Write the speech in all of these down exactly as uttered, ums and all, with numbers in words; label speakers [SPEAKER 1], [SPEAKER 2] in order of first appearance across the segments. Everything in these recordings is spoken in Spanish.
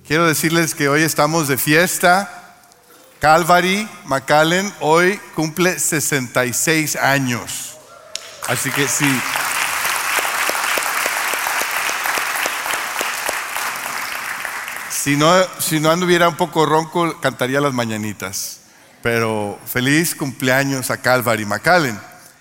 [SPEAKER 1] Quiero decirles que hoy estamos de fiesta. Calvary McAllen hoy cumple sesenta y seis años. Así que sí. Si no, si no anduviera un poco ronco, cantaría las mañanitas. Pero feliz cumpleaños a Calvary McAllen.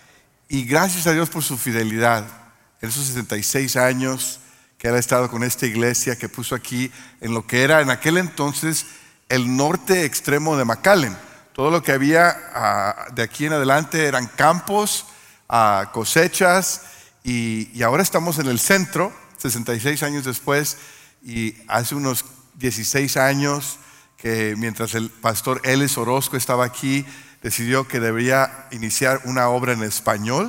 [SPEAKER 1] Y gracias a Dios por su fidelidad. En esos sesenta y seis años que él ha estado con esta iglesia que puso aquí en lo que era en aquel entonces el norte extremo de McAllen. Todo lo que había uh, de aquí en adelante eran campos, uh, cosechas y, y ahora estamos en el centro, sesenta y seis años después, y hace unos dieciséis años que mientras el pastor Ellis Orozco estaba aquí, decidió que debería iniciar una obra en español.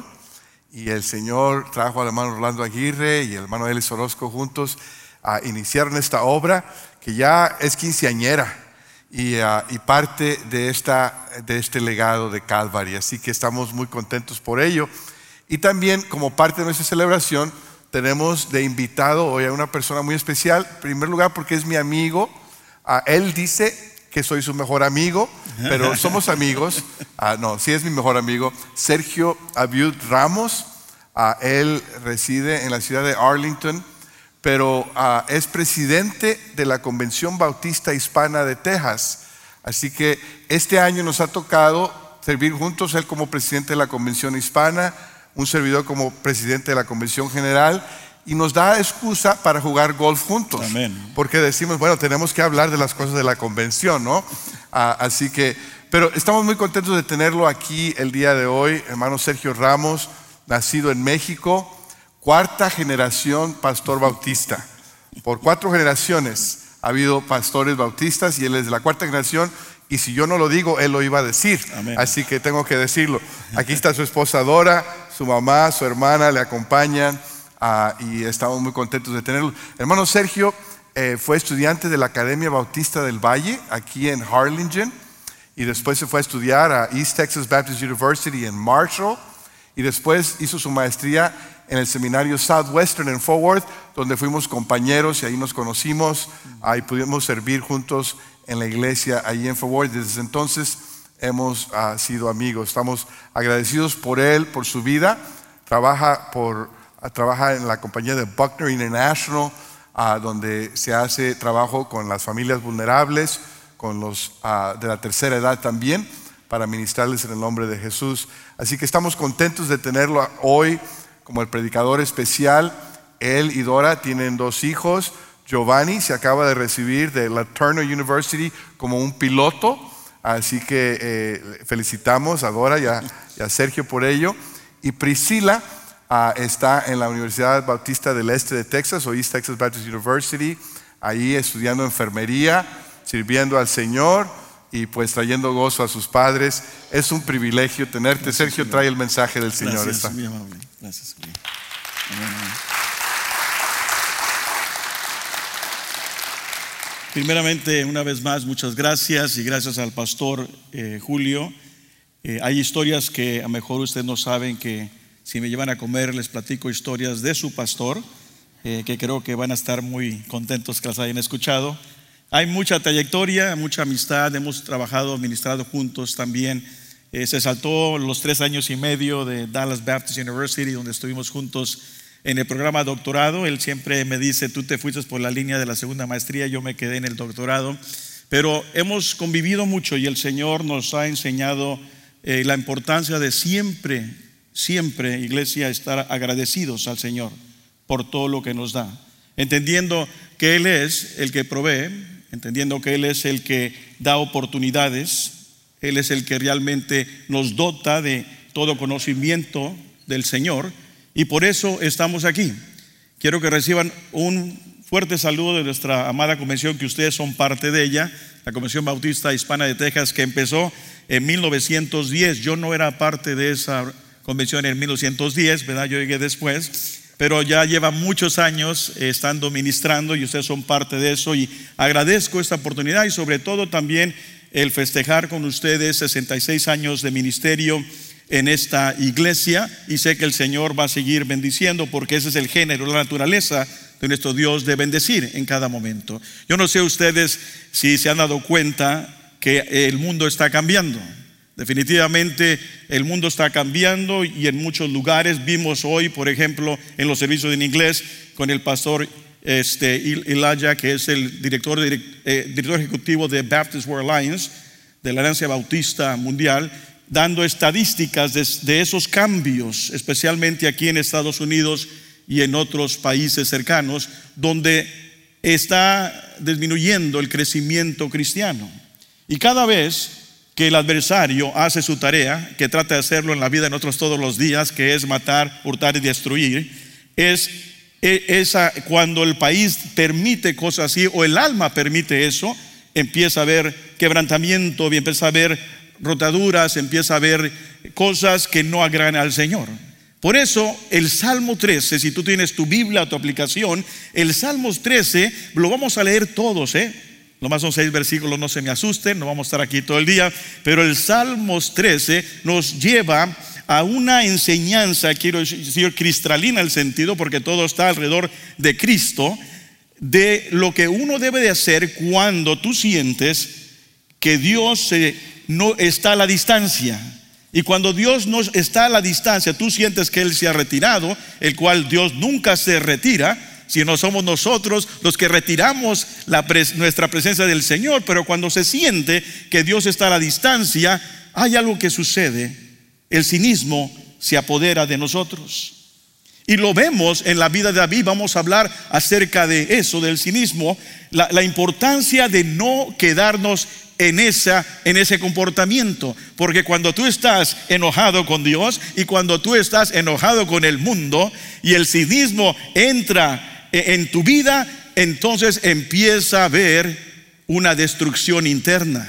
[SPEAKER 1] Y el Señor trajo al hermano Orlando Aguirre y el hermano Ellis Orozco juntos uh, iniciaron esta obra que ya es quinceañera y, uh, y parte de, esta, de este legado de Calvary. Así que estamos muy contentos por ello. Y también como parte de nuestra celebración tenemos de invitado hoy a una persona muy especial. En primer lugar porque es mi amigo. Uh, él dice que soy su mejor amigo, pero somos amigos. Uh, no, sí es mi mejor amigo. Sergio Abiud Ramos. Uh, él reside en la ciudad de Arlington, pero uh, es presidente de la Convención Bautista Hispana de Texas. Así que este año nos ha tocado servir juntos, él como presidente de la Convención Hispana, un servidor como presidente de la Convención General. Y nos da excusa para jugar golf juntos. Amén. Porque decimos, bueno, tenemos que hablar de las cosas de la convención, ¿no? Ah, así que, pero estamos muy contentos de tenerlo aquí el día de hoy. Hermano Sergio Ramos, nacido en México, cuarta generación pastor bautista. Por cuatro generaciones ha habido pastores bautistas y él es de la cuarta generación. Y si yo no lo digo, él lo iba a decir. Amén. Así que tengo que decirlo. Aquí está su esposa Dora, su mamá, su hermana le acompañan. Uh, y estamos muy contentos de tenerlo. Hermano Sergio eh, fue estudiante de la Academia Bautista del Valle aquí en Harlingen y después se fue a estudiar a East Texas Baptist University en Marshall y después hizo su maestría en el seminario Southwestern en Fort Worth, donde fuimos compañeros y ahí nos conocimos, ahí pudimos servir juntos en la iglesia ahí en Fort Worth. Desde entonces hemos uh, sido amigos. Estamos agradecidos por él, por su vida. Trabaja por Trabaja en la compañía de Buckner International, uh, donde se hace trabajo con las familias vulnerables, con los uh, de la tercera edad también, para ministrarles en el nombre de Jesús. Así que estamos contentos de tenerlo hoy como el predicador especial. Él y Dora tienen dos hijos. Giovanni se acaba de recibir de la Turner University como un piloto. Así que eh, felicitamos a Dora y a, y a Sergio por ello. Y Priscila Uh, está en la Universidad Bautista del Este de Texas o East Texas Baptist University, ahí estudiando enfermería, sirviendo al Señor y pues trayendo gozo a sus padres. Es un privilegio tenerte. Gracias, Sergio, Señor. Trae el mensaje del Señor.
[SPEAKER 2] Gracias,
[SPEAKER 1] está.
[SPEAKER 2] muy amable. Gracias. Amén, amén. Primeramente, una vez más, muchas gracias y gracias al pastor eh, Julio. Eh, hay historias que a lo mejor ustedes no saben que si me llevan a comer, les platico historias de su pastor, eh, que creo que van a estar muy contentos que las hayan escuchado. Hay mucha trayectoria, mucha amistad, hemos trabajado, ministrado juntos también. Eh, se saltó los tres años y medio de Dallas Baptist University, donde estuvimos juntos en el programa doctorado. Él siempre me dice, tú te fuiste por la línea de la segunda maestría, yo me quedé en el doctorado. Pero hemos convivido mucho y el Señor nos ha enseñado eh, la importancia de siempre Siempre, iglesia, estar agradecidos al Señor por todo lo que nos da, entendiendo que Él es el que provee, entendiendo que Él es el que da oportunidades, Él es el que realmente nos dota de todo conocimiento del Señor y por eso estamos aquí. Quiero que reciban un fuerte saludo de nuestra amada convención, que ustedes son parte de ella, la Convención Bautista Hispana de Texas, que empezó en mil novecientos diez. Yo no era parte de esa convención en mil novecientos diez, ¿verdad? Yo llegué después, pero ya lleva muchos años eh, estando ministrando y ustedes son parte de eso y agradezco esta oportunidad y sobre todo también el festejar con ustedes sesenta y seis años de ministerio en esta iglesia y sé que el Señor va a seguir bendiciendo porque ese es el género, la naturaleza de nuestro Dios de bendecir en cada momento. Yo no sé ustedes si se han dado cuenta que el mundo está cambiando. Definitivamente el mundo está cambiando y en muchos lugares. Vimos hoy, por ejemplo, en los servicios en inglés con el pastor este, Elijah, que es el director, eh, director ejecutivo de Baptist World Alliance, de la Alianza Bautista Mundial, dando estadísticas de, de esos cambios, especialmente aquí en Estados Unidos y en otros países cercanos, donde está disminuyendo el crecimiento cristiano. Y cada vez que el adversario hace su tarea, que trata de hacerlo en la vida de nosotros todos los días, que es matar, hurtar y destruir, es esa, cuando el país permite cosas así, o el alma permite eso, empieza a haber quebrantamiento, empieza a haber rotaduras, empieza a haber cosas que no agradan al Señor. Por eso el Salmo trece, si tú tienes tu Biblia o tu aplicación, el Salmo trece lo vamos a leer todos, ¿eh? Lo más son seis versículos, no se me asusten, no vamos a estar aquí todo el día, pero el Salmos trece nos lleva a una enseñanza, quiero decir cristalina el sentido, porque todo está alrededor de Cristo, de lo que uno debe de hacer cuando tú sientes que Dios eh, no está a la distancia. Y cuando Dios no está a la distancia, tú sientes que Él se ha retirado, el cual Dios nunca se retira, si no somos nosotros los que retiramos la pres- nuestra presencia del Señor. Pero cuando se siente que Dios está a la distancia, hay algo que sucede. El cinismo se apodera de nosotros. Y lo vemos en la vida de David. Vamos a hablar acerca de eso, del cinismo, la, la importancia de no quedarnos en, esa, en ese comportamiento. Porque cuando tú estás enojado con Dios y cuando tú estás enojado con el mundo y el cinismo entra en tu vida, entonces empieza a haber una destrucción interna,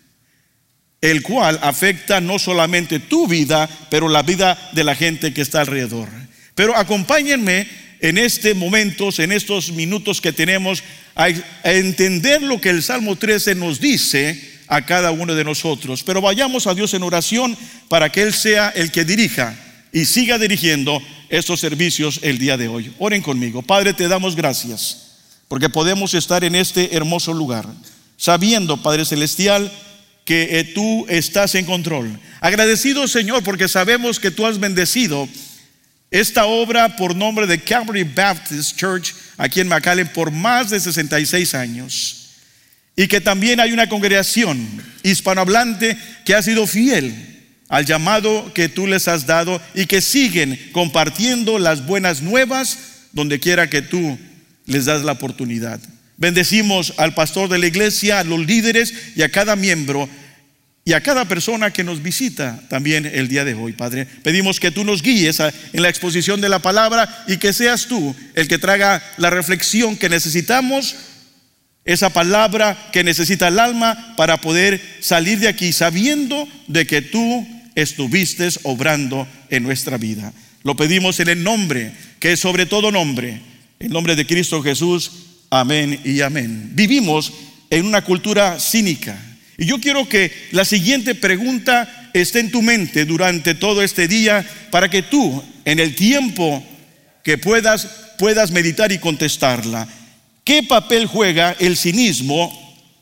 [SPEAKER 2] el cual afecta no solamente tu vida, pero la vida de la gente que está alrededor. Pero acompáñenme en este momento, en estos minutos que tenemos, a, a entender lo que el Salmo trece nos dice a cada uno de nosotros. Pero vayamos a Dios en oración para que Él sea el que dirija y siga dirigiendo estos servicios el día de hoy. Oren conmigo. Padre, te damos gracias porque podemos estar en este hermoso lugar, sabiendo, Padre Celestial, que eh, tú estás en control. Agradecido, Señor, porque sabemos que tú has bendecido esta obra por nombre de Calvary Baptist Church aquí en McAllen por más de sesenta y seis años, y que también hay una congregación hispanohablante que ha sido fiel al llamado que tú les has dado y que siguen compartiendo las buenas nuevas donde quiera que tú les das la oportunidad. Bendecimos al pastor de la iglesia, a los líderes y a cada miembro y a cada persona que nos visita también el día de hoy, Padre. Pedimos que tú nos guíes a, en la exposición de la palabra, y que seas tú el que traiga la reflexión que necesitamos, esa palabra que necesita el alma para poder salir de aquí sabiendo de que tú estuviste obrando en nuestra vida. Lo pedimos en el nombre que es sobre todo nombre, el nombre de Cristo Jesús. Amén y amén. Vivimos en una cultura cínica, y yo quiero que la siguiente pregunta esté en tu mente durante todo este día, para que tú en el tiempo que puedas puedas meditar y contestarla. ¿Qué papel juega el cinismo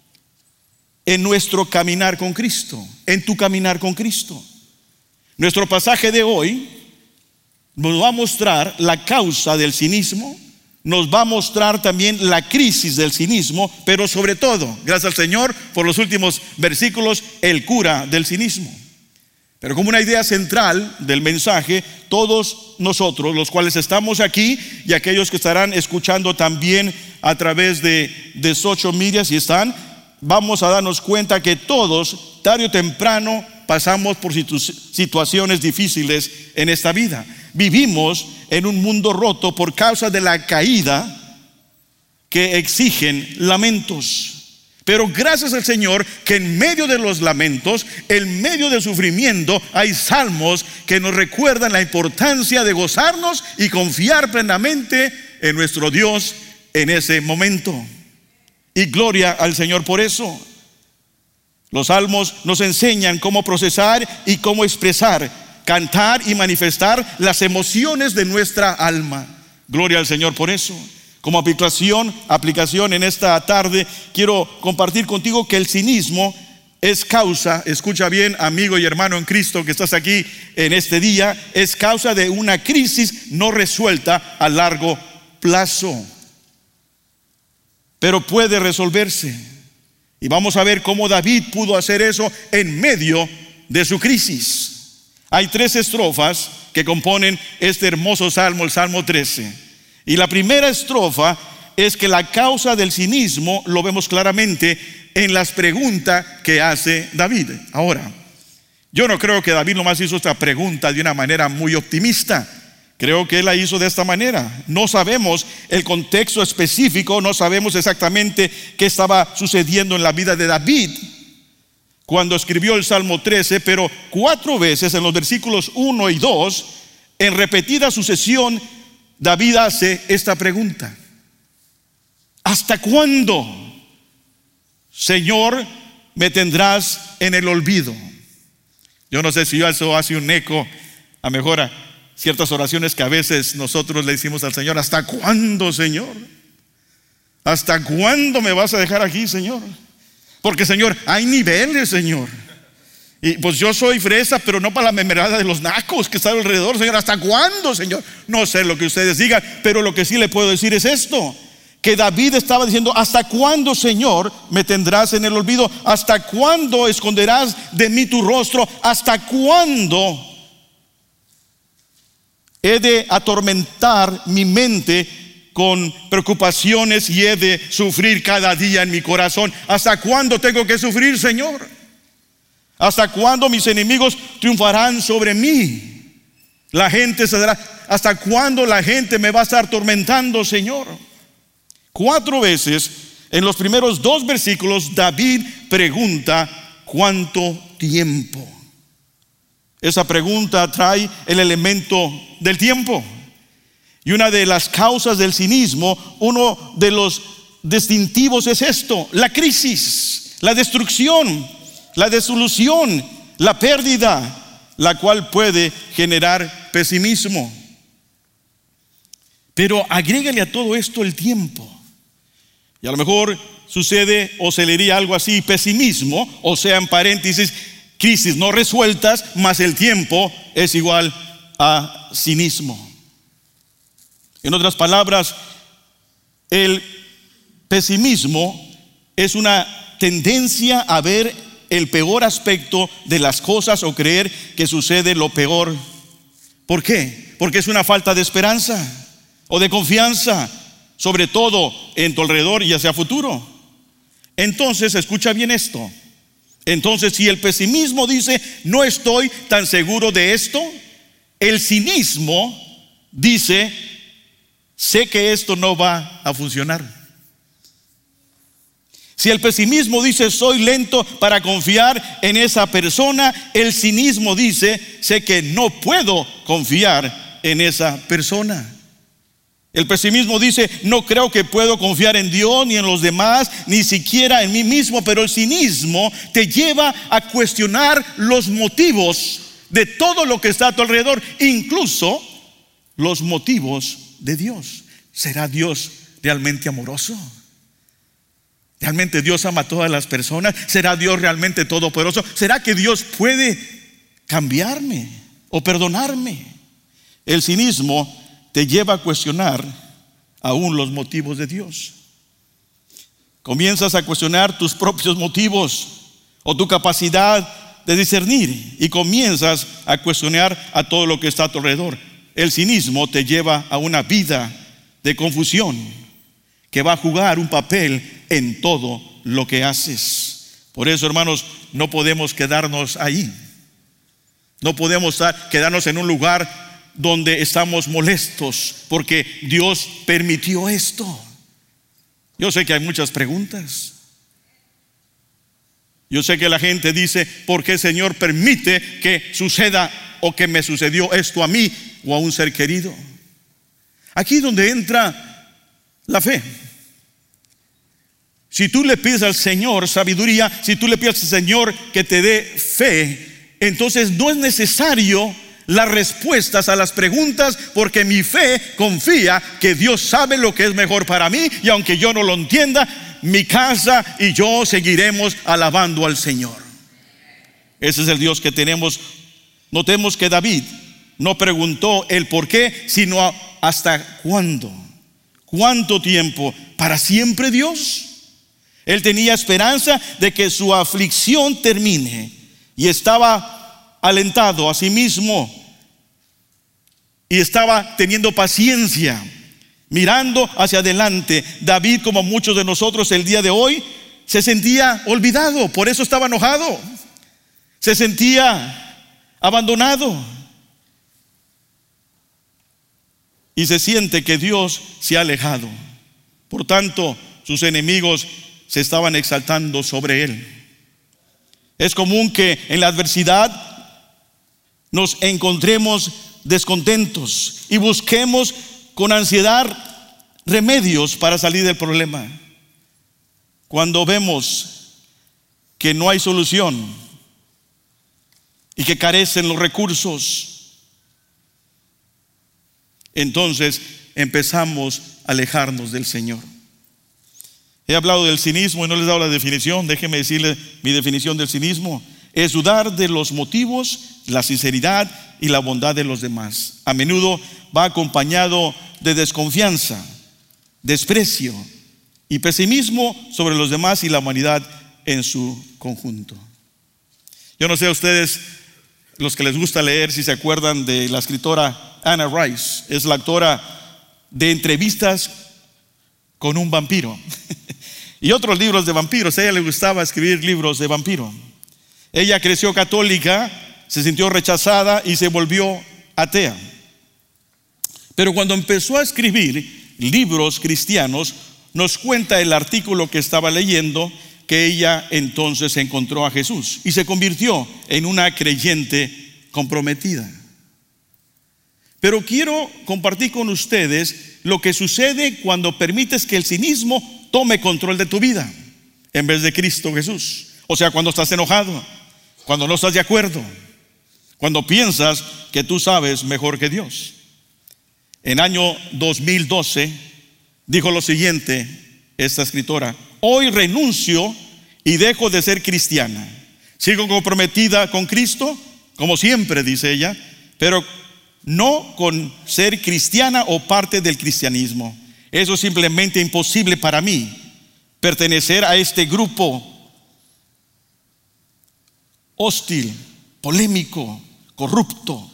[SPEAKER 2] en nuestro caminar con Cristo? En tu caminar con Cristo. Nuestro pasaje de hoy nos va a mostrar la causa del cinismo, nos va a mostrar también la crisis del cinismo, pero sobre todo, gracias al Señor por los últimos versículos, el cura del cinismo. Pero como una idea central del mensaje, todos nosotros, los cuales estamos aquí, y aquellos que estarán escuchando también a través de, de social media, si están, vamos a darnos cuenta que todos, tarde o temprano, pasamos por situ- situaciones difíciles en esta vida. Vivimos en un mundo roto por causa de la caída, que exigen lamentos. Pero gracias al Señor que en medio de los lamentos, en medio del sufrimiento, hay salmos que nos recuerdan la importancia de gozarnos y confiar plenamente en nuestro Dios en ese momento. Y gloria al Señor por eso. Los salmos nos enseñan cómo procesar y cómo expresar, cantar y manifestar las emociones de nuestra alma. Gloria al Señor por eso. Como aplicación, aplicación en esta tarde, quiero compartir contigo que el cinismo es causa, escucha bien, amigo y hermano en Cristo que estás aquí en este día, es causa de una crisis no resuelta a largo plazo. Pero puede resolverse. Y vamos a ver cómo David pudo hacer eso en medio de su crisis. Hay tres estrofas que componen este hermoso salmo, el Salmo trece. Y la primera estrofa es que la causa del cinismo lo vemos claramente en las preguntas que hace David. Ahora, yo no creo que David nomás hizo esta pregunta de una manera muy optimista. Creo que él la hizo de esta manera. No sabemos el contexto específico, no sabemos exactamente qué estaba sucediendo en la vida de David cuando escribió el Salmo trece, pero cuatro veces en los versículos uno y dos, en repetida sucesión, David hace esta pregunta: ¿hasta cuándo, Señor, me tendrás en el olvido? Yo no sé si eso hace un eco a mejor a ciertas oraciones que a veces nosotros le decimos al Señor: ¿hasta cuándo, Señor? ¿Hasta cuándo me vas a dejar aquí, Señor? Porque, Señor, hay niveles, Señor. Y pues yo soy fresa, pero no para la memerada de los nacos que están alrededor, Señor. ¿Hasta cuándo, Señor? No sé lo que ustedes digan, pero lo que sí le puedo decir es esto: que David estaba diciendo: ¿hasta cuándo, Señor, me tendrás en el olvido? ¿Hasta cuándo esconderás de mí tu rostro? ¿Hasta cuándo he de atormentar mi mente con preocupaciones y he de sufrir cada día en mi corazón? ¿Hasta cuándo tengo que sufrir, Señor? ¿Hasta cuándo mis enemigos triunfarán sobre mí? La gente se dará. ¿Hasta cuándo la gente me va a estar atormentando, Señor? Cuatro veces en los primeros dos versículos David pregunta: ¿cuánto tiempo? Esa pregunta trae el elemento del tiempo. Y una de las causas del cinismo, uno de los distintivos es esto: la crisis, la destrucción, la disolución, la pérdida, la cual puede generar pesimismo. Pero agrégale a todo esto el tiempo. Y a lo mejor sucede o se leería algo así: pesimismo, o sea, en paréntesis, crisis no resueltas, más el tiempo es igual a cinismo. En otras palabras, el pesimismo es una tendencia a ver el peor aspecto de las cosas o creer que sucede lo peor. ¿Por qué? Porque es una falta de esperanza o de confianza, sobre todo en tu alrededor y hacia futuro. Entonces, escucha bien esto. Entonces, si el pesimismo dice: no estoy tan seguro de esto, el cinismo dice: sé que esto no va a funcionar. Si el pesimismo dice: soy lento para confiar en esa persona, el cinismo dice: sé que no puedo confiar en esa persona. El pesimismo dice: no creo que puedo confiar en Dios, ni en los demás, ni siquiera en mí mismo. Pero el cinismo te lleva a cuestionar los motivos de todo lo que está a tu alrededor, incluso los motivos de Dios. ¿Será Dios realmente amoroso? ¿Realmente Dios ama a todas las personas? ¿Será Dios realmente todopoderoso? ¿Será que Dios puede cambiarme o perdonarme? El cinismo te lleva a cuestionar aún los motivos de Dios. Comienzas a cuestionar tus propios motivos o tu capacidad de discernir, y comienzas a cuestionar a todo lo que está a tu alrededor. El cinismo te lleva a una vida de confusión que va a jugar un papel en todo lo que haces. Por eso, hermanos, no podemos quedarnos ahí. No podemos estar, quedarnos en un lugar donde estamos molestos porque Dios permitió esto. Yo sé que hay muchas preguntas. Yo sé que la gente dice: ¿por qué el Señor permite que suceda o que me sucedió esto a mí o a un ser querido? Aquí es donde entra la fe. Si tú le pides al Señor sabiduría, si tú le pides al Señor que te dé fe, entonces no es necesario las respuestas a las preguntas, porque mi fe confía que Dios sabe lo que es mejor para mí, y aunque yo no lo entienda, mi casa y yo seguiremos alabando al Señor. Ese es el Dios que tenemos. Notemos que David no preguntó el por qué, sino hasta cuándo. ¿Cuánto tiempo? ¿Para siempre, Dios? Él tenía esperanza de que su aflicción termine, y estaba alentado a sí mismo y estaba teniendo paciencia, mirando hacia adelante. David, como muchos de nosotros el día de hoy, se sentía olvidado, por eso estaba enojado. Se sentía abandonado y se siente que Dios se ha alejado. Por tanto, sus enemigos se estaban exaltando sobre él. Es común que en la adversidad nos encontremos descontentos y busquemos con ansiedad remedios para salir del problema. Cuando vemos que no hay solución y que carecen los recursos, entonces empezamos a alejarnos del Señor. He hablado del cinismo y no les he dado la definición. Déjenme decirles mi definición del cinismo. Es dudar de los motivos, la sinceridad y la bondad de los demás. A menudo va acompañado de desconfianza, desprecio y pesimismo sobre los demás y la humanidad en su conjunto. Yo no sé a ustedes, los que les gusta leer, si se acuerdan de la escritora Anne Rice. Es la autora de Entrevistas con un vampiro y otros libros de vampiros. A ella le gustaba escribir libros de vampiro. Ella creció católica, se sintió rechazada y se volvió atea. Pero cuando empezó a escribir libros cristianos, nos cuenta el artículo que estaba leyendo que ella entonces encontró a Jesús y se convirtió en una creyente comprometida. Pero quiero compartir con ustedes lo que sucede cuando permites que el cinismo tome control de tu vida en vez de Cristo Jesús. O sea, cuando estás enojado, cuando no estás de acuerdo, cuando piensas que tú sabes mejor que Dios. En año dos mil doce dijo lo siguiente esta escritora: hoy renuncio y dejo de ser cristiana. Sigo comprometida con Cristo, como siempre, dice ella, pero no con ser cristiana o parte del cristianismo. Eso es simplemente imposible para mí, pertenecer a este grupo hostil, polémico, corrupto.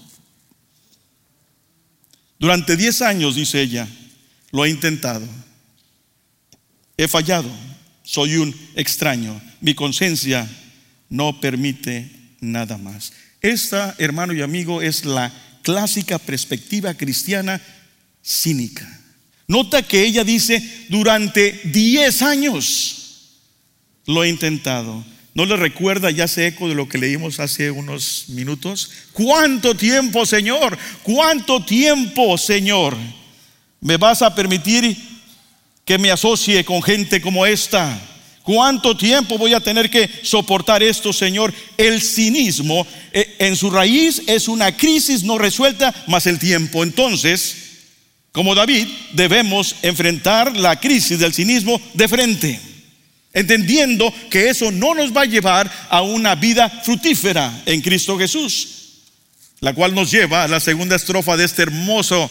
[SPEAKER 2] Durante diez años, dice ella, lo he intentado. He fallado. Soy un extraño. Mi conciencia no permite nada más. Esta, hermano y amigo, es la clásica perspectiva cristiana cínica. Nota que ella dice: durante diez años lo he intentado. ¿No le recuerda ya ese eco de lo que leímos hace unos minutos? ¿Cuánto tiempo, Señor? ¿Cuánto tiempo, Señor? ¿Me vas a permitir que me asocie con gente como esta? ¿Cuánto tiempo voy a tener que soportar esto, Señor? El cinismo en su raíz es una crisis no resuelta más el tiempo. Entonces, como David, debemos enfrentar la crisis del cinismo de frente, entendiendo que eso no nos va a llevar a una vida fructífera en Cristo Jesús, la cual nos lleva a la segunda estrofa de este hermoso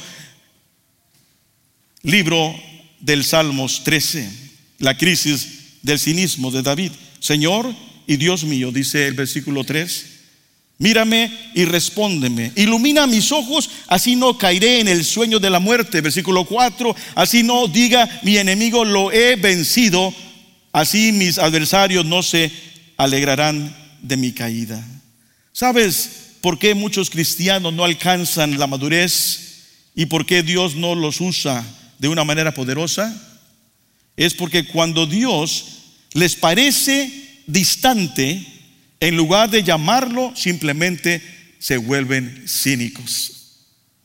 [SPEAKER 2] libro del Salmos trece, la crisis del cinismo de David. Señor y Dios mío, dice el versículo tres, mírame y respóndeme, ilumina mis ojos, así no caeré en el sueño de la muerte. Versículo cuatro, así no diga mi enemigo, lo he vencido, así mis adversarios no se alegrarán de mi caída. ¿Sabes por qué muchos cristianos no alcanzan la madurez y por qué Dios no los usa de una manera poderosa? Es porque cuando Dios les parece distante, en lugar de llamarlo, simplemente se vuelven cínicos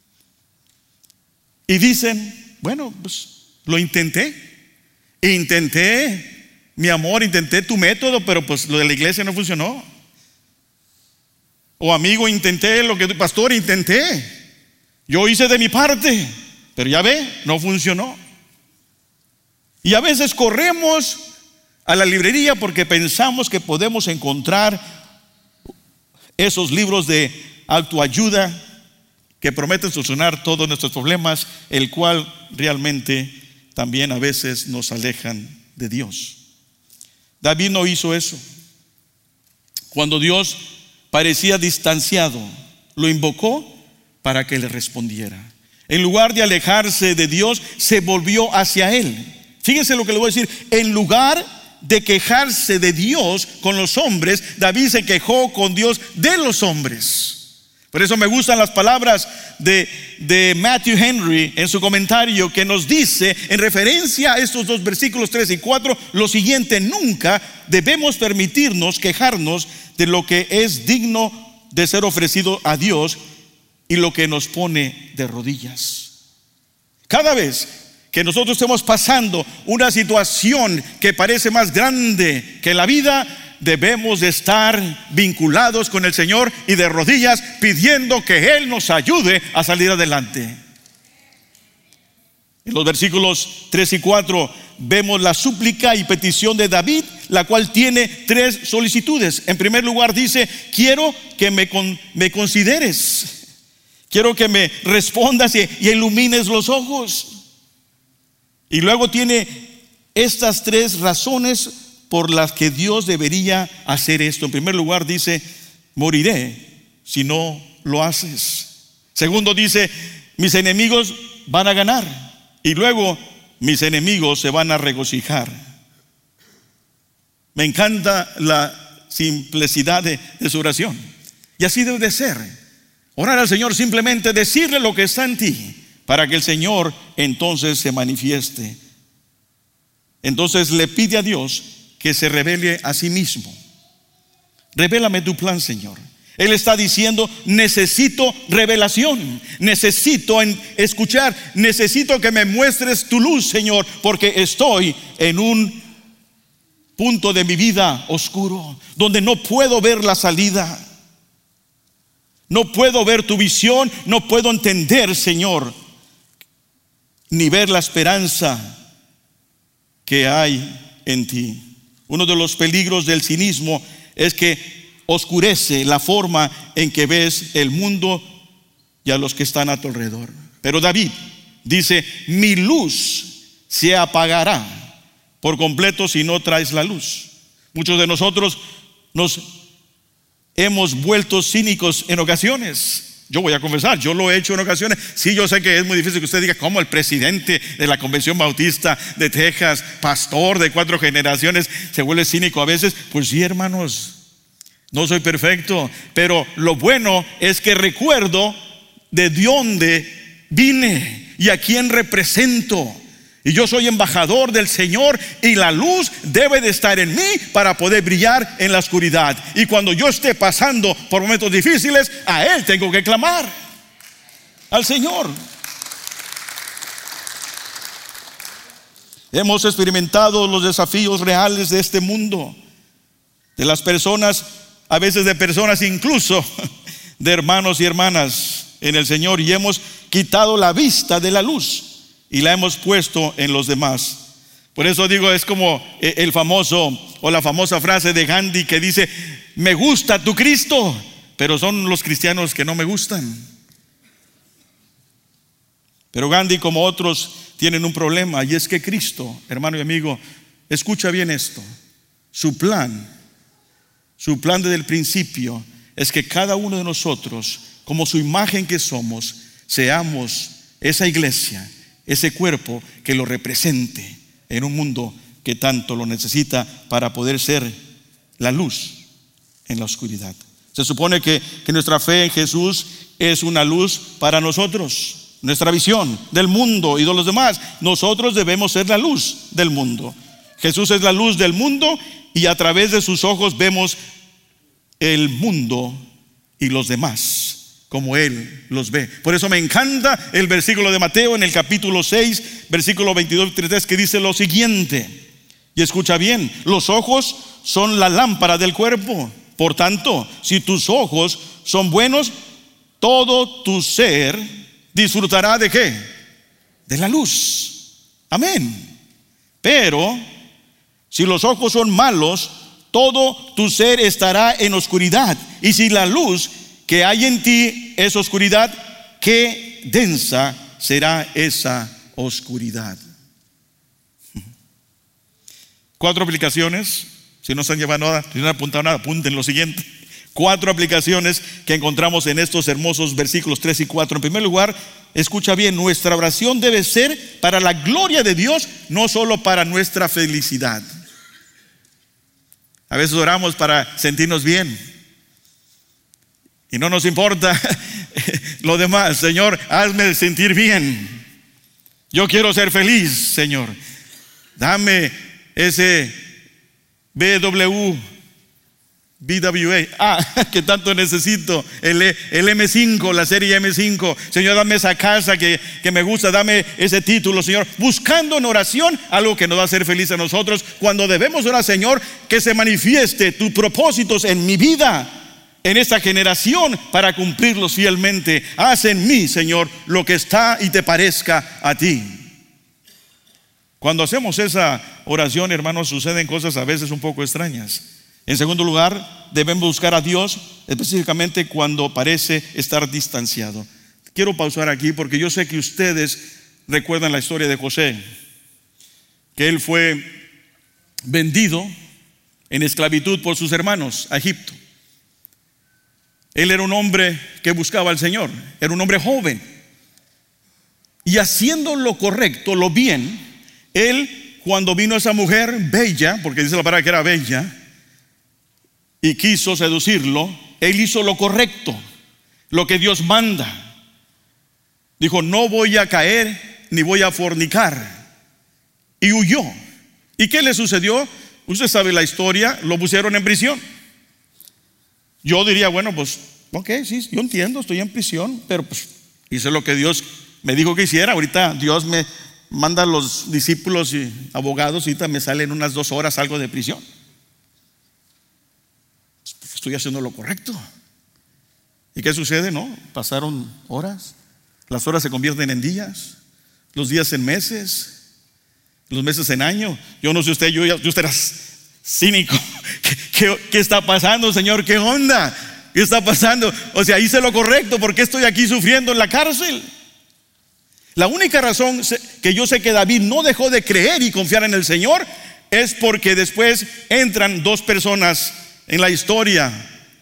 [SPEAKER 2] y dicen: bueno, pues lo intenté, intenté mi amor, intenté tu método, pero pues lo de la iglesia no funcionó. O amigo, intenté lo que, pastor, intenté. Yo hice de mi parte, pero ya ve, no funcionó. Y a veces corremos a la librería porque pensamos que podemos encontrar esos libros de autoayuda que prometen solucionar todos nuestros problemas, el cual realmente también a veces nos alejan de Dios. David no hizo eso. Cuando Dios parecía distanciado, lo invocó para que le respondiera. En lugar de alejarse de Dios, se volvió hacia Él. Fíjense lo que le voy a decir. En lugar de quejarse de Dios con los hombres, David se quejó con Dios de los hombres. Por eso me gustan las palabras de, de Matthew Henry en su comentario, que nos dice en referencia a estos dos versículos tres y cuatro lo siguiente: nunca debemos permitirnos quejarnos de lo que es digno de ser ofrecido a Dios y lo que nos pone de rodillas. Cada vez que nosotros estemos pasando una situación que parece más grande que la vida, debemos de estar vinculados con el Señor y de rodillas pidiendo que Él nos ayude a salir adelante. En los versículos tres y cuatro vemos la súplica y petición de David, la cual tiene tres solicitudes. En primer lugar dice: quiero que me, con, me consideres, quiero que me respondas y, y ilumines los ojos. Y luego tiene estas tres razones por las que Dios debería hacer esto. En primer lugar dice: moriré si no lo haces. Segundo dice: mis enemigos van a ganar. Y luego: mis enemigos se van a regocijar. Me encanta la simplicidad de, de su oración. Y así debe de ser. Orar al Señor, simplemente decirle lo que está en ti, para que el Señor entonces se manifieste. Entonces le pide a Dios que se revele a sí mismo. Revélame tu plan, Señor. Él está diciendo: necesito revelación, necesito escuchar, necesito que me muestres tu luz, Señor, porque estoy en un punto de mi vida oscuro, donde no puedo ver la salida, no puedo ver tu visión, no puedo entender, Señor, ni ver la esperanza que hay en ti. Uno de los peligros del cinismo es que oscurece la forma en que ves el mundo y a los que están a tu alrededor. Pero David dice: mi luz se apagará por completo si no traes la luz. Muchos de nosotros nos hemos vuelto cínicos en ocasiones. Yo voy a confesar, yo lo he hecho en ocasiones. Sí, yo sé que es muy difícil que usted diga: ¿cómo el presidente de la Convención Bautista de Texas, pastor de cuatro generaciones, se vuelve cínico a veces? Pues sí, hermanos, no soy perfecto, pero lo bueno es que recuerdo de dónde vine y a quién represento. Y yo soy embajador del Señor, y la luz debe de estar en mí para poder brillar en la oscuridad. Y cuando yo esté pasando por momentos difíciles, a Él tengo que clamar, al Señor. Hemos experimentado los desafíos reales de este mundo, de las personas, a veces de personas incluso de hermanos y hermanas en el Señor, y hemos quitado la vista de la luz y la hemos puesto en los demás. Por eso digo, es como el famoso o la famosa frase de Gandhi que dice: me gusta tu Cristo, pero son los cristianos que no me gustan. Pero Gandhi, como otros, tienen un problema, y es que Cristo, hermano y amigo, escucha bien esto: su plan Su plan desde el principio es que cada uno de nosotros, como su imagen que somos, seamos esa iglesia, ese cuerpo que lo represente en un mundo que tanto lo necesita para poder ser la luz en la oscuridad. Se supone que, que nuestra fe en Jesús es una luz para nosotros, nuestra visión del mundo y de los demás. Nosotros debemos ser la luz del mundo. Jesús es la luz del mundo, y a través de sus ojos vemos el mundo y los demás como Él los ve. Por eso me encanta el versículo de Mateo en el capítulo seis, versículo veintidós y treinta y tres, que dice lo siguiente, y escucha bien: los ojos son la lámpara del cuerpo. Por tanto, si tus ojos son buenos, todo tu ser disfrutará ¿de qué? De la luz. Amén. Pero si los ojos son malos, todo tu ser estará en oscuridad. Y si la luz que hay en ti es oscuridad, qué densa será esa oscuridad. Cuatro aplicaciones. Si no se han llevado nada, si no han apuntado nada, apunten lo siguiente. Cuatro aplicaciones que encontramos en estos hermosos versículos tres y cuatro. En primer lugar, escucha bien, nuestra oración debe ser para la gloria de Dios, no solo para nuestra felicidad. A veces oramos para sentirnos bien y no nos importa lo demás. Señor, hazme sentir bien. Yo quiero ser feliz, Señor. Dame ese B W, B W A, ah, que tanto necesito, el, el M cinco, la serie M cinco. Señor, dame esa casa que, que me gusta, dame ese título, Señor. Buscando en oración algo que nos va a hacer feliz a nosotros. Cuando debemos orar, Señor, que se manifieste tus propósitos en mi vida, en esta generación, para cumplirlos fielmente. Haz en mí, Señor, lo que está y te parezca a ti. Cuando hacemos esa oración, hermanos, suceden cosas a veces un poco extrañas. En segundo lugar, debemos buscar a Dios específicamente cuando parece estar distanciado. Quiero pausar aquí porque yo sé que ustedes recuerdan la historia de José, que él fue vendido en esclavitud por sus hermanos a Egipto. Él era un hombre que buscaba al Señor, era un hombre joven, y haciendo lo correcto, lo bien, él, cuando vino esa mujer bella, porque dice la palabra que era bella, y quiso seducirlo, él hizo lo correcto, lo que Dios manda. Dijo, no voy a caer ni voy a fornicar, y huyó. ¿Y qué le sucedió? Usted sabe la historia, lo pusieron en prisión. Yo diría, bueno, pues, ok, sí, yo entiendo, estoy en prisión, pero pues hice lo que Dios me dijo que hiciera. Ahorita Dios me manda a los discípulos y abogados, y ahorita me salen unas dos horas algo de prisión. Estoy haciendo lo correcto. ¿Y qué sucede? No, pasaron horas, las horas se convierten en días, los días en meses, los meses en años. Yo no sé usted, yo, yo usted era cínico. ¿Qué, qué, ¿Qué está pasando, Señor? ¿Qué onda? ¿Qué está pasando? O sea, hice lo correcto, ¿por qué estoy aquí sufriendo en la cárcel? La única razón que yo sé que David no dejó de creer y confiar en el Señor es porque después entran dos personas en la historia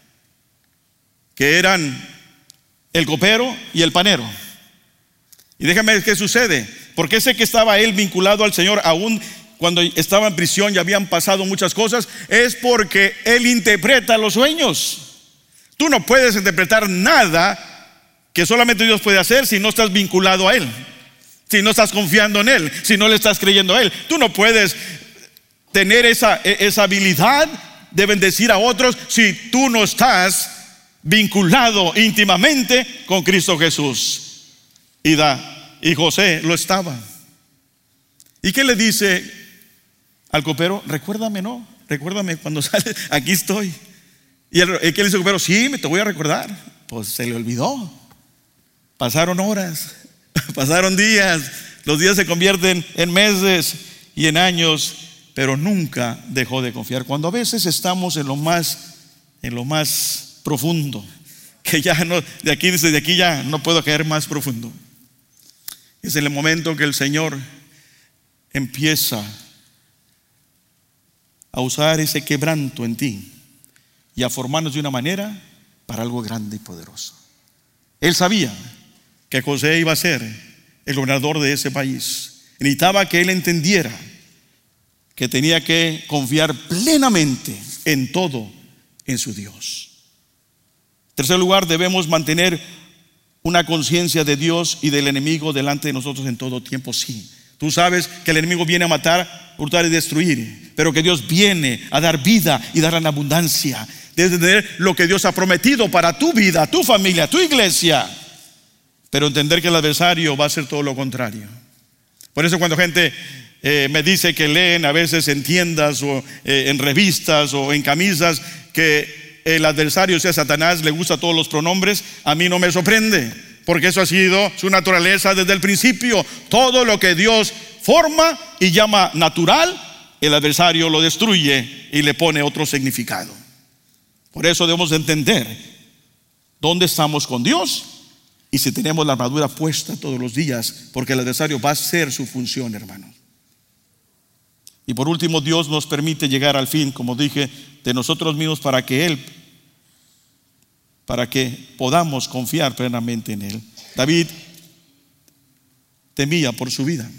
[SPEAKER 2] que eran el copero y el panero. Y déjame ver qué sucede. Porque sé que estaba él vinculado al Señor aún cuando estaba en prisión y habían pasado muchas cosas. Es porque él interpreta los sueños. Tú no puedes interpretar nada que solamente Dios puede hacer si no estás vinculado a Él, si no estás confiando en Él, si no le estás creyendo a Él. Tú no puedes tener esa, esa habilidad de bendecir a otros si tú no estás vinculado íntimamente con Cristo Jesús. Y, da, y José lo estaba. ¿Y qué le dice al copero? Recuérdame, ¿no? Recuérdame cuando sales, aquí estoy. ¿Y el, el que le dice al copero? Sí, me te voy a recordar. Pues se le olvidó. Pasaron horas, pasaron días, los días se convierten en meses y en años, pero nunca dejó de confiar. Cuando a veces estamos en lo más, en lo más profundo, que ya no, de aquí, desde aquí ya no puedo caer más profundo. Es en el momento que el Señor empieza a usar ese quebranto en ti y a formarnos de una manera para algo grande y poderoso. Él sabía que José iba a ser el gobernador de ese país. Necesitaba que él entendiera que tenía que confiar plenamente en todo en su Dios. En tercer lugar, debemos mantener una conciencia de Dios y del enemigo delante de nosotros en todo tiempo. Sí, tú sabes que el enemigo viene a matar, hurtar y destruir, pero que Dios viene a dar vida y dar en abundancia. Debes entender lo que Dios ha prometido para tu vida, tu familia, tu iglesia, pero entender que el adversario va a hacer todo lo contrario. Por eso cuando gente eh, me dice que leen a veces en tiendas o eh, en revistas o en camisas que el adversario, o sea, Satanás, le gusta todos los pronombres, a mí no me sorprende, porque eso ha sido su naturaleza desde el principio. Todo lo que Dios forma y llama natural, el adversario lo destruye y le pone otro significado. Por eso debemos entender dónde estamos con Dios y si tenemos la armadura puesta todos los días, porque el adversario va a hacer su función, hermanos. Y por último, Dios nos permite llegar al fin, como dije, de nosotros mismos para que Él, para que podamos confiar plenamente en Él. David temía por su vida.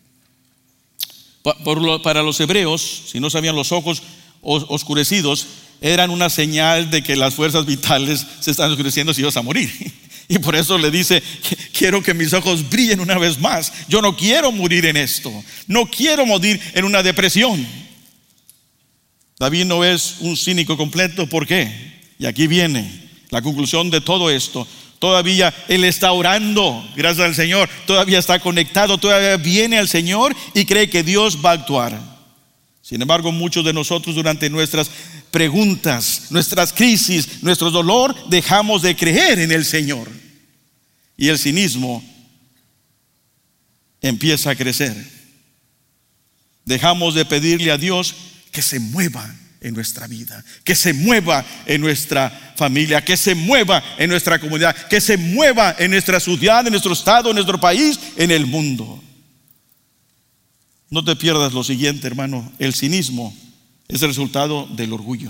[SPEAKER 2] Para los hebreos, si no sabían, los ojos oscurecidos eran una señal de que las fuerzas vitales se están oscureciendo si vas a morir. Y por eso le dice: quiero que mis ojos brillen una vez más. Yo no quiero morir en esto. No quiero morir en una depresión. David no es un cínico completo. ¿Por qué? Y aquí viene la conclusión de todo esto. Todavía él está orando, gracias al Señor. Todavía está conectado, todavía viene al Señor y cree que Dios va a actuar. Sin embargo, muchos de nosotros durante nuestras preguntas, nuestras crisis, nuestro dolor, dejamos de creer en el Señor. Y el cinismo empieza a crecer. Dejamos de pedirle a Dios que se mueva en nuestra vida, que se mueva en nuestra familia, que se mueva en nuestra comunidad, que se mueva en nuestra ciudad, en nuestro estado, en nuestro país, en el mundo. No te pierdas lo siguiente, hermano: el cinismo es el resultado del orgullo.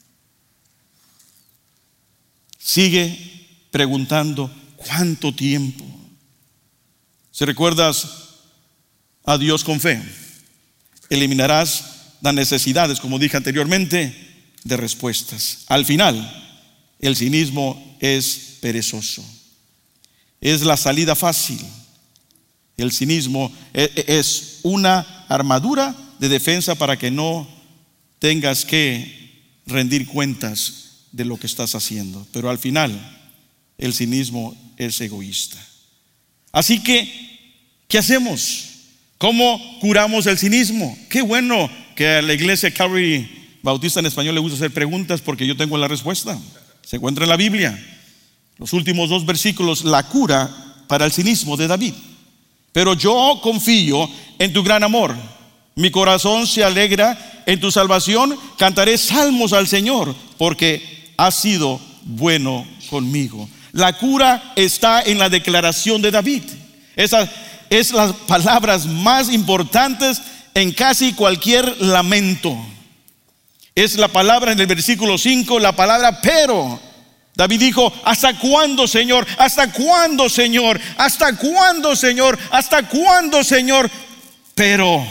[SPEAKER 2] Sigue preguntando: ¿cuánto tiempo? Si recuerdas a Dios con fe, eliminarás las necesidades, como dije anteriormente, de respuestas. Al final, el cinismo es perezoso. Es la salida fácil. El cinismo es una armadura de defensa para que no tengas que rendir cuentas de lo que estás haciendo. Pero al final, el cinismo es egoísta. Así que, ¿qué hacemos? ¿Cómo curamos el cinismo? Qué bueno que a la iglesia Calvary Bautista en español le gusta hacer preguntas, porque yo tengo la respuesta. Se encuentra en la Biblia. Los últimos dos versículos: la cura para el cinismo de David. Pero yo confío en tu gran amor. Mi corazón se alegra en tu salvación. Cantaré salmos al Señor, porque has sido bueno conmigo. La cura está en la declaración de David. Esas es las palabras más importantes en casi cualquier lamento. Es la palabra en el versículo cinco, la palabra pero. David dijo: ¿hasta cuándo, Señor? ¿Hasta cuándo, Señor? ¿Hasta cuándo, Señor? ¿Hasta cuándo, Señor? Pero,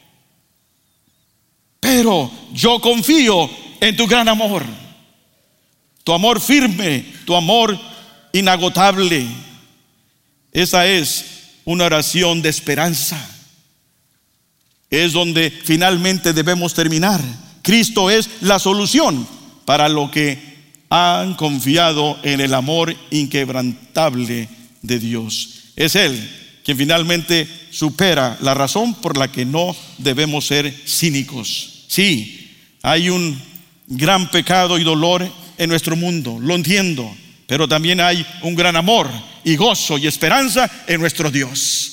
[SPEAKER 2] pero yo confío en tu gran amor, tu amor firme, tu amor inagotable. Esa es una oración de esperanza. Es donde finalmente debemos terminar. Cristo es la solución para lo que han confiado en el amor inquebrantable de Dios. Es Él quien finalmente supera la razón por la que no debemos ser cínicos. Sí, hay un gran pecado y dolor en nuestro mundo, lo entiendo, pero también hay un gran amor y gozo y esperanza en nuestro Dios.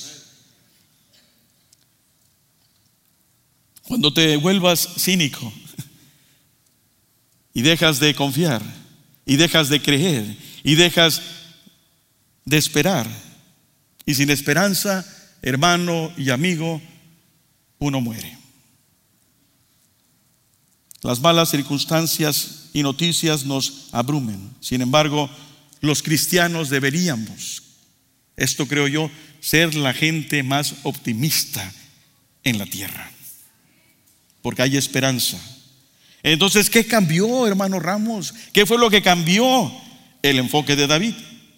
[SPEAKER 2] Cuando te vuelvas cínico y dejas de confiar y dejas de creer y dejas de esperar, y sin esperanza, hermano y amigo, uno muere. Las malas circunstancias y noticias nos abrumen. Sin embargo, los cristianos deberíamos, esto creo yo, ser la gente más optimista en la tierra, porque hay esperanza. Entonces, ¿qué cambió, hermano Ramos? ¿Qué fue lo que cambió? El enfoque de David,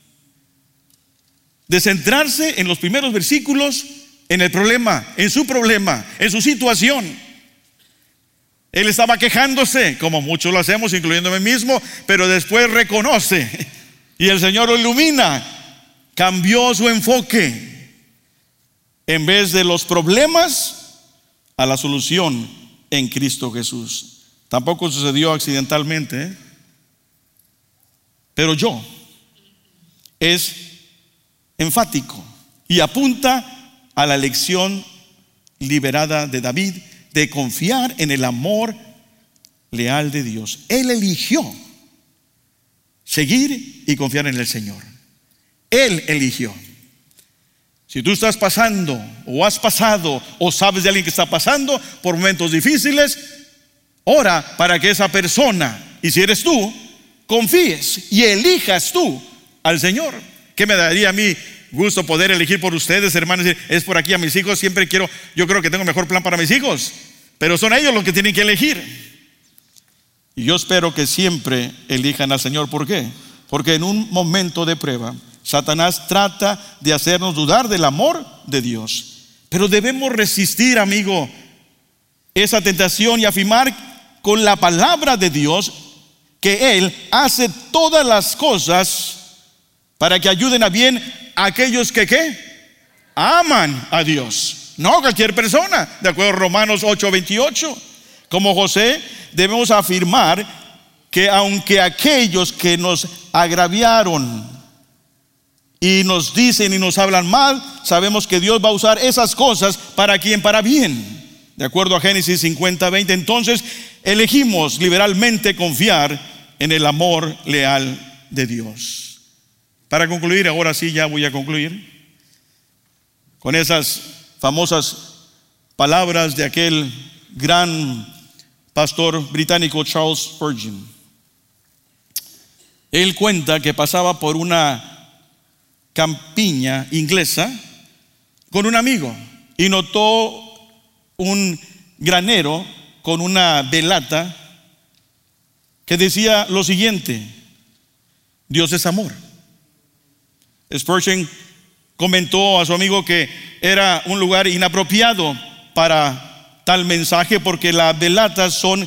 [SPEAKER 2] de centrarse en los primeros versículos en el problema, en su problema, en su situación. Él estaba quejándose, como muchos lo hacemos, incluyéndome mismo, pero después reconoce y el Señor lo ilumina. Cambió su enfoque. En vez de los problemas, a la solución en Cristo Jesús. Tampoco sucedió accidentalmente, ¿eh? pero yo es enfático y apunta a la lección liberada de David de confiar en el amor leal de Dios. Él eligió seguir y confiar en el Señor. Él eligió. Si tú estás pasando o has pasado o sabes de alguien que está pasando por momentos difíciles, ora para que esa persona, y si eres tú, confíes y elijas tú al Señor. ¿Qué me daría a mí gusto poder elegir por ustedes, hermanos? Es por aquí a mis hijos, siempre quiero, yo creo que tengo mejor plan para mis hijos, pero son ellos los que tienen que elegir. Y yo espero que siempre elijan al Señor. ¿Por qué? Porque en un momento de prueba Satanás trata de hacernos dudar del amor de Dios, pero debemos resistir, amigo, esa tentación y afirmar con la palabra de Dios que Él hace todas las cosas para que ayuden a bien a aquellos que ¿qué? Aman a Dios, no cualquier persona, de acuerdo a Romanos ocho veintiocho. Como José, debemos afirmar que aunque aquellos que nos agraviaron y nos dicen y nos hablan mal, sabemos que Dios va a usar esas cosas para quien, para bien. De acuerdo a Génesis cincuenta veinte, entonces elegimos liberalmente confiar en el amor leal de Dios. Para concluir, ahora sí ya voy a concluir con esas famosas palabras de aquel gran pastor británico Charles Spurgeon. Él cuenta que pasaba por una campiña inglesa con un amigo y notó un granero con una velata que decía lo siguiente: Dios es amor. Spurgeon comentó a su amigo que era un lugar inapropiado para tal mensaje porque las velatas son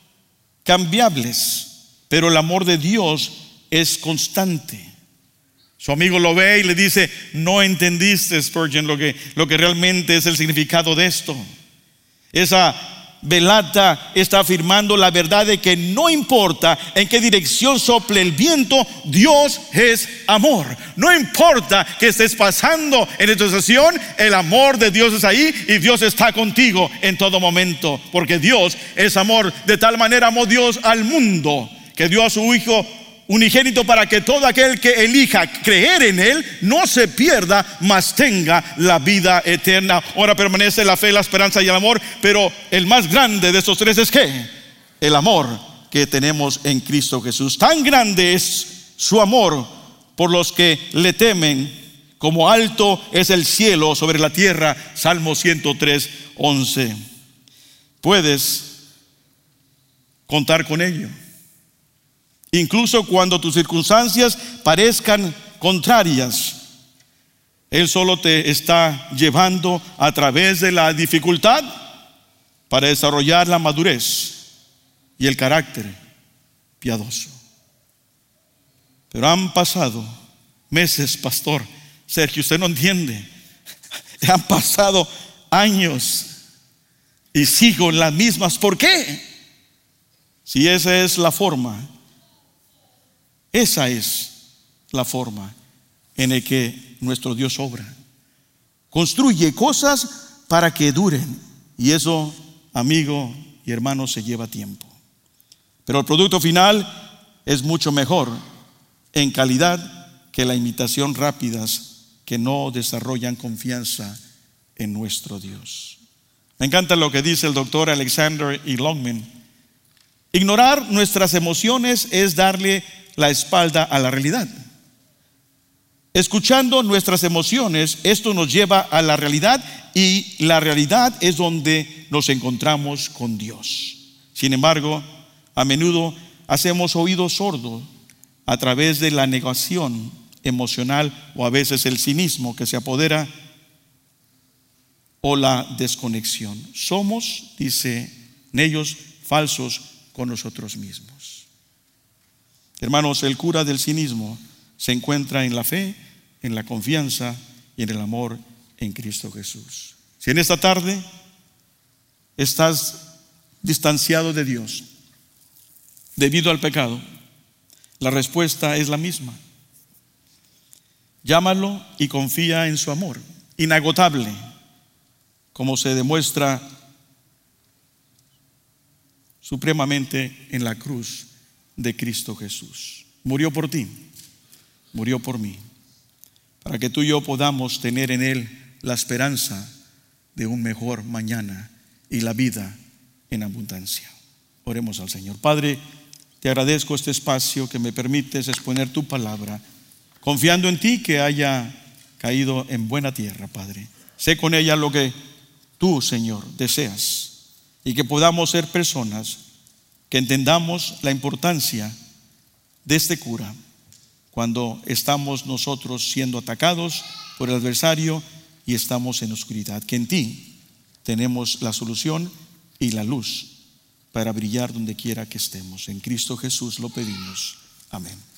[SPEAKER 2] cambiables, pero el amor de Dios es constante. Su amigo lo ve y le dice: no entendiste, Spurgeon, lo que, lo que realmente es el significado de esto. Esa velata está afirmando la verdad de que no importa en qué dirección sople el viento, Dios es amor. No importa que estés pasando en esta estación, el amor de Dios es ahí y Dios está contigo en todo momento, porque Dios es amor. De tal manera amó Dios al mundo que dio a su Hijo unigénito para que todo aquel que elija creer en Él no se pierda, mas tenga la vida eterna. Ahora permanece la fe, la esperanza y el amor, pero el más grande de estos tres es ¿qué? El amor que tenemos en Cristo Jesús. Tan grande es su amor por los que le temen, como alto es el cielo sobre la tierra. Salmo ciento tres, once. Puedes contar con ello. Incluso cuando tus circunstancias parezcan contrarias, Él solo te está llevando a través de la dificultad para desarrollar la madurez y el carácter piadoso. Pero han pasado meses, pastor Sergio, usted no entiende. Han pasado años y sigo en las mismas. ¿Por qué? Si esa es la forma, esa es la forma en la que nuestro Dios obra. Construye cosas para que duren, y eso, amigo y hermano, se lleva tiempo. Pero el producto final es mucho mejor en calidad que la imitación rápidas que no desarrollan confianza en nuestro Dios. Me encanta lo que dice el doctor Alexander E. Longman. Ignorar nuestras emociones es darle la espalda a la realidad. Escuchando nuestras emociones, esto nos lleva a la realidad, y la realidad es donde nos encontramos con Dios. Sin embargo, a menudo hacemos oídos sordos a través de la negación emocional, o a veces el cinismo que se apodera, o la desconexión. Somos, dice ellos, falsos con nosotros mismos. Hermanos, el cura del cinismo se encuentra en la fe, en la confianza y en el amor en Cristo Jesús. Si en esta tarde estás distanciado de Dios debido al pecado, La respuesta es la misma. Llámalo y confía en su amor, inagotable, como se demuestra supremamente en la cruz de Cristo Jesús. Murió por ti, murió por mí, para que tú y yo podamos tener en Él la esperanza de un mejor mañana y la vida en abundancia. Oremos al Señor. Padre, te agradezco este espacio que me permites exponer tu palabra, confiando en ti que haya caído en buena tierra, Padre. Sé con ella lo que tú, Señor, deseas, y que podamos ser personas que entendamos la importancia de este cura cuando estamos nosotros siendo atacados por el adversario y estamos en oscuridad, que en ti tenemos la solución y la luz para brillar donde quiera que estemos. En Cristo Jesús lo pedimos. Amén.